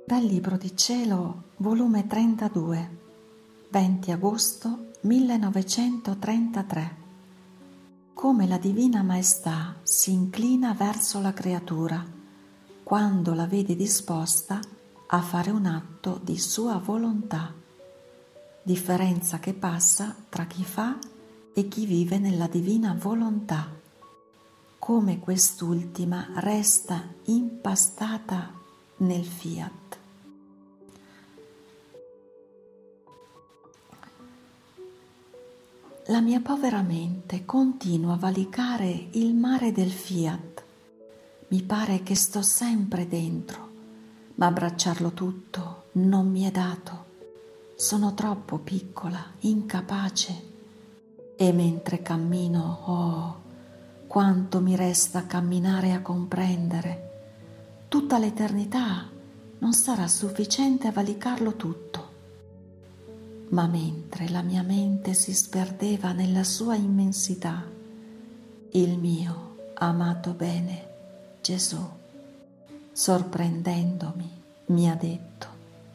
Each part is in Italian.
Dal Libro di Cielo, volume 32, 20 agosto 1933. Come la Divina Maestà si inclina verso la creatura quando la vede disposta a fare un atto di sua volontà. Differenza che passa tra chi fa e chi vive nella divina volontà. Come quest'ultima resta impastata nel fiat. La mia povera mente continua a valicare il mare del fiat. Mi pare che sto sempre dentro, ma abbracciarlo tutto non mi è dato. Sono troppo piccola, incapace. E mentre cammino, oh, quanto mi resta a camminare e a comprendere. Tutta l'eternità non sarà sufficiente a valicarlo tutto. Ma mentre la mia mente si sperdeva nella sua immensità, il mio amato bene, Gesù, sorprendendomi, mi ha detto: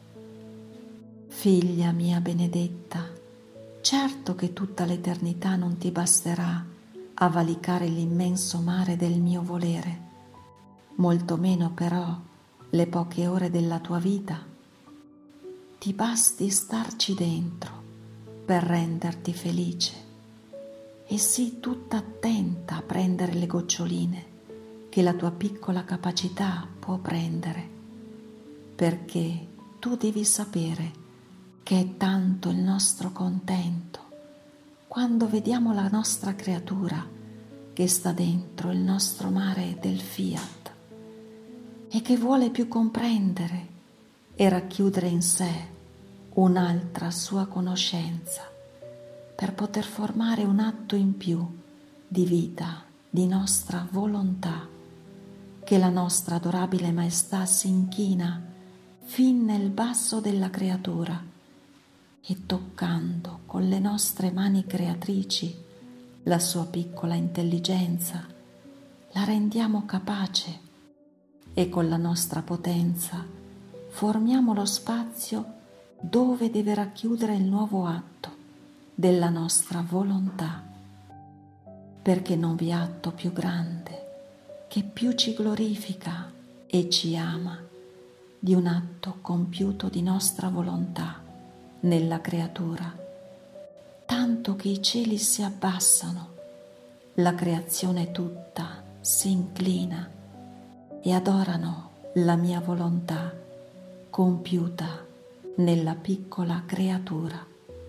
figlia mia benedetta, certo che tutta l'eternità non ti basterà a valicare l'immenso mare del mio volere, molto meno però le poche ore della tua vita. Ti basti starci dentro per renderti felice e sii tutta attenta a prendere le goccioline che la tua piccola capacità può prendere, perché tu devi sapere che è tanto il nostro contento quando vediamo la nostra creatura che sta dentro il nostro mare del fiat e che vuole più comprendere e racchiudere in sé un'altra sua conoscenza per poter formare un atto in più di vita, di nostra volontà, che la nostra adorabile Maestà si inchina fin nel basso della creatura e toccando con le nostre mani creatrici la sua piccola intelligenza, la rendiamo capace e con la nostra potenza formiamo lo spazio dove deve racchiudere il nuovo atto della nostra volontà, perché non vi è atto più grande che più ci glorifica e ci ama di un atto compiuto di nostra volontà nella creatura, tanto che i cieli si abbassano, la creazione tutta si inclina e adorano la mia volontà compiuta nella piccola creatura.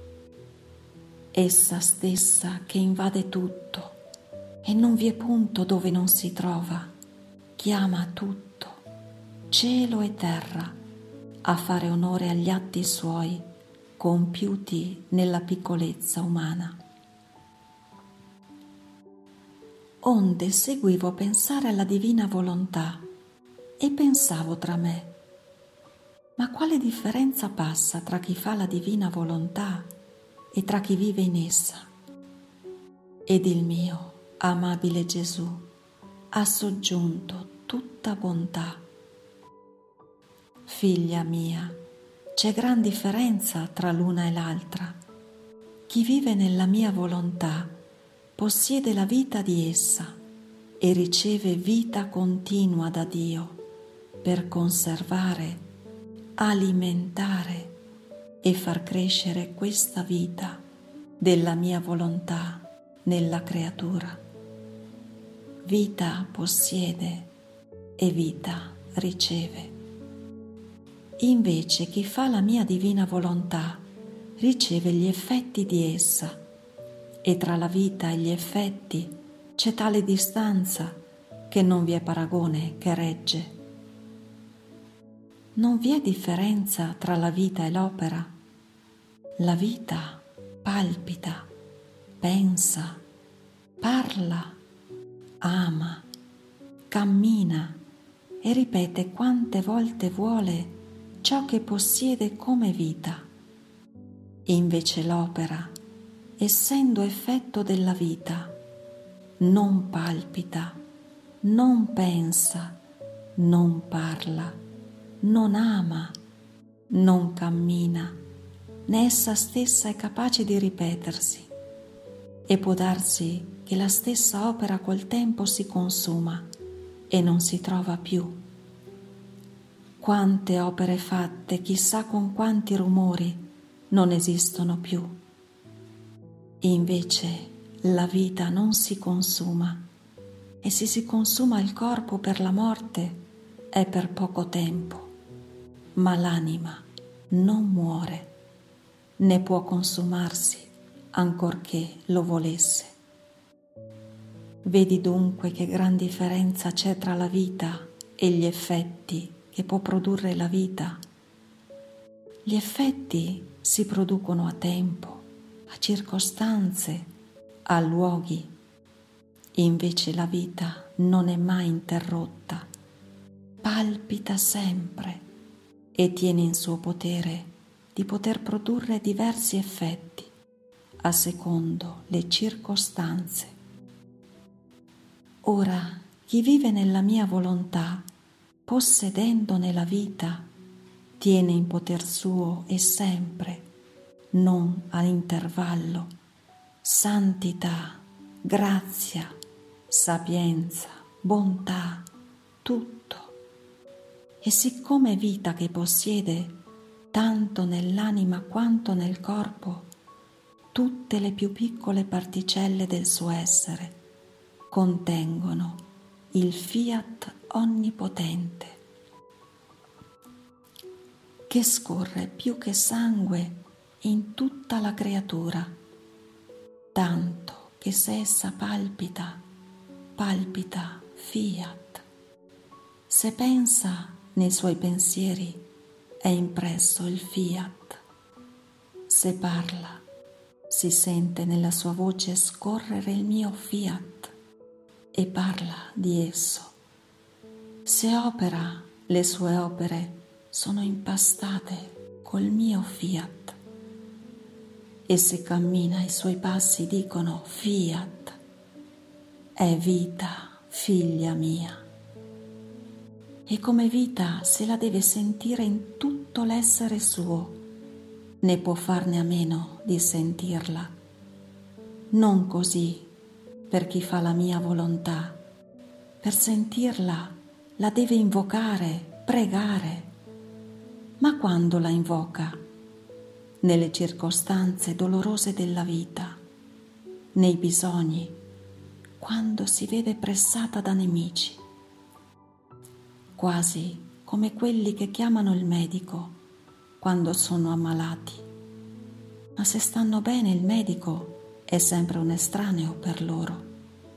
Essa stessa che invade tutto e non vi è punto dove non si trova, chiama tutto, cielo e terra, a fare onore agli atti suoi compiuti nella piccolezza umana. Onde seguivo a pensare alla divina volontà e pensavo tra me: ma quale differenza passa tra chi fa la divina volontà e tra chi vive in essa? Ed il mio amabile Gesù ha soggiunto tutta bontà: figlia mia, c'è gran differenza tra l'una e l'altra. Chi vive nella mia volontà possiede la vita di essa e riceve vita continua da Dio per conservare, alimentare e far crescere questa vita della mia volontà nella creatura. Vita possiede e vita riceve. Invece chi fa la mia divina volontà riceve gli effetti di essa, e tra la vita e gli effetti c'è tale distanza che non vi è paragone che regge. Non vi è differenza tra la vita e l'opera. La vita palpita, pensa, parla, ama, cammina e ripete quante volte vuole ciò che possiede come vita. E invece l'opera, essendo effetto della vita, non palpita, non pensa, non parla, non ama, non cammina, né essa stessa è capace di ripetersi, e può darsi che la stessa opera col tempo si consuma e non si trova più. Quante opere fatte, chissà con quanti rumori, non esistono più. Invece la vita non si consuma, e se si consuma il corpo per la morte è per poco tempo, ma l'anima non muore, né può consumarsi ancorché lo volesse. Vedi dunque che gran differenza c'è tra la vita e gli effetti che può produrre la vita. Gli effetti si producono a tempo, a circostanze, a luoghi. Invece la vita non è mai interrotta, palpita sempre e tiene in suo potere di poter produrre diversi effetti a secondo le circostanze. Ora, chi vive nella mia volontà, possedendone la vita, tiene in poter suo e sempre, non a intervallo, santità, grazia, sapienza, bontà, tutto. E siccome è vita che possiede, tanto nell'anima quanto nel corpo, tutte le più piccole particelle del suo essere contengono il fiat onnipotente, che scorre più che sangue in tutta la creatura, tanto che se essa palpita, palpita fiat. Se pensa, nei suoi pensieri è impresso il fiat. Se parla, si sente nella sua voce scorrere il mio fiat e parla di esso. Se opera, le sue opere sono impastate col mio fiat. E se cammina, i suoi passi dicono fiat. È vita, figlia mia. E come vita se la deve sentire in tutto l'essere suo, né può farne a meno di sentirla. Non così per chi fa la mia volontà. Per sentirla la deve invocare, pregare. Ma quando la invoca? Nelle circostanze dolorose della vita, nei bisogni, quando si vede pressata da nemici, quasi come quelli che chiamano il medico quando sono ammalati. Ma se stanno bene, il medico è sempre un estraneo per loro.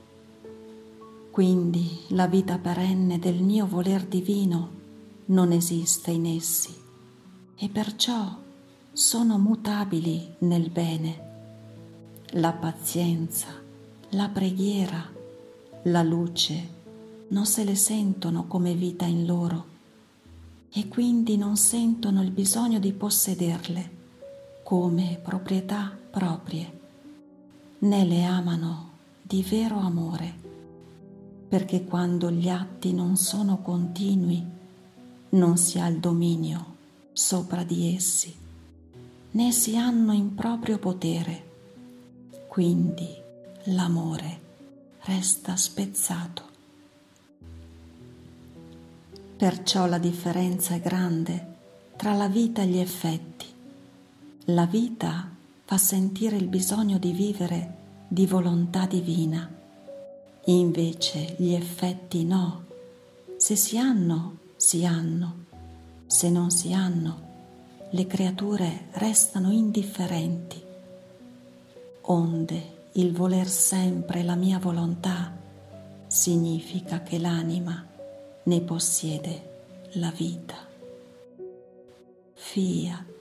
Quindi la vita perenne del mio voler divino non esiste in essi, e perciò sono mutabili nel bene. La pazienza, la preghiera, la luce non se le sentono come vita in loro, e quindi non sentono il bisogno di possederle come proprietà proprie, né le amano di vero amore, perché quando gli atti non sono continui non si ha il dominio sopra di essi, né si hanno in proprio potere, quindi l'amore resta spezzato. Perciò la differenza è grande tra la vita e gli effetti. La vita fa sentire il bisogno di vivere di volontà divina, invece gli effetti no. Se si hanno, si hanno. Se non si hanno, le creature restano indifferenti. Onde il voler sempre la mia volontà significa che l'anima ne possiede la vita. Fiat.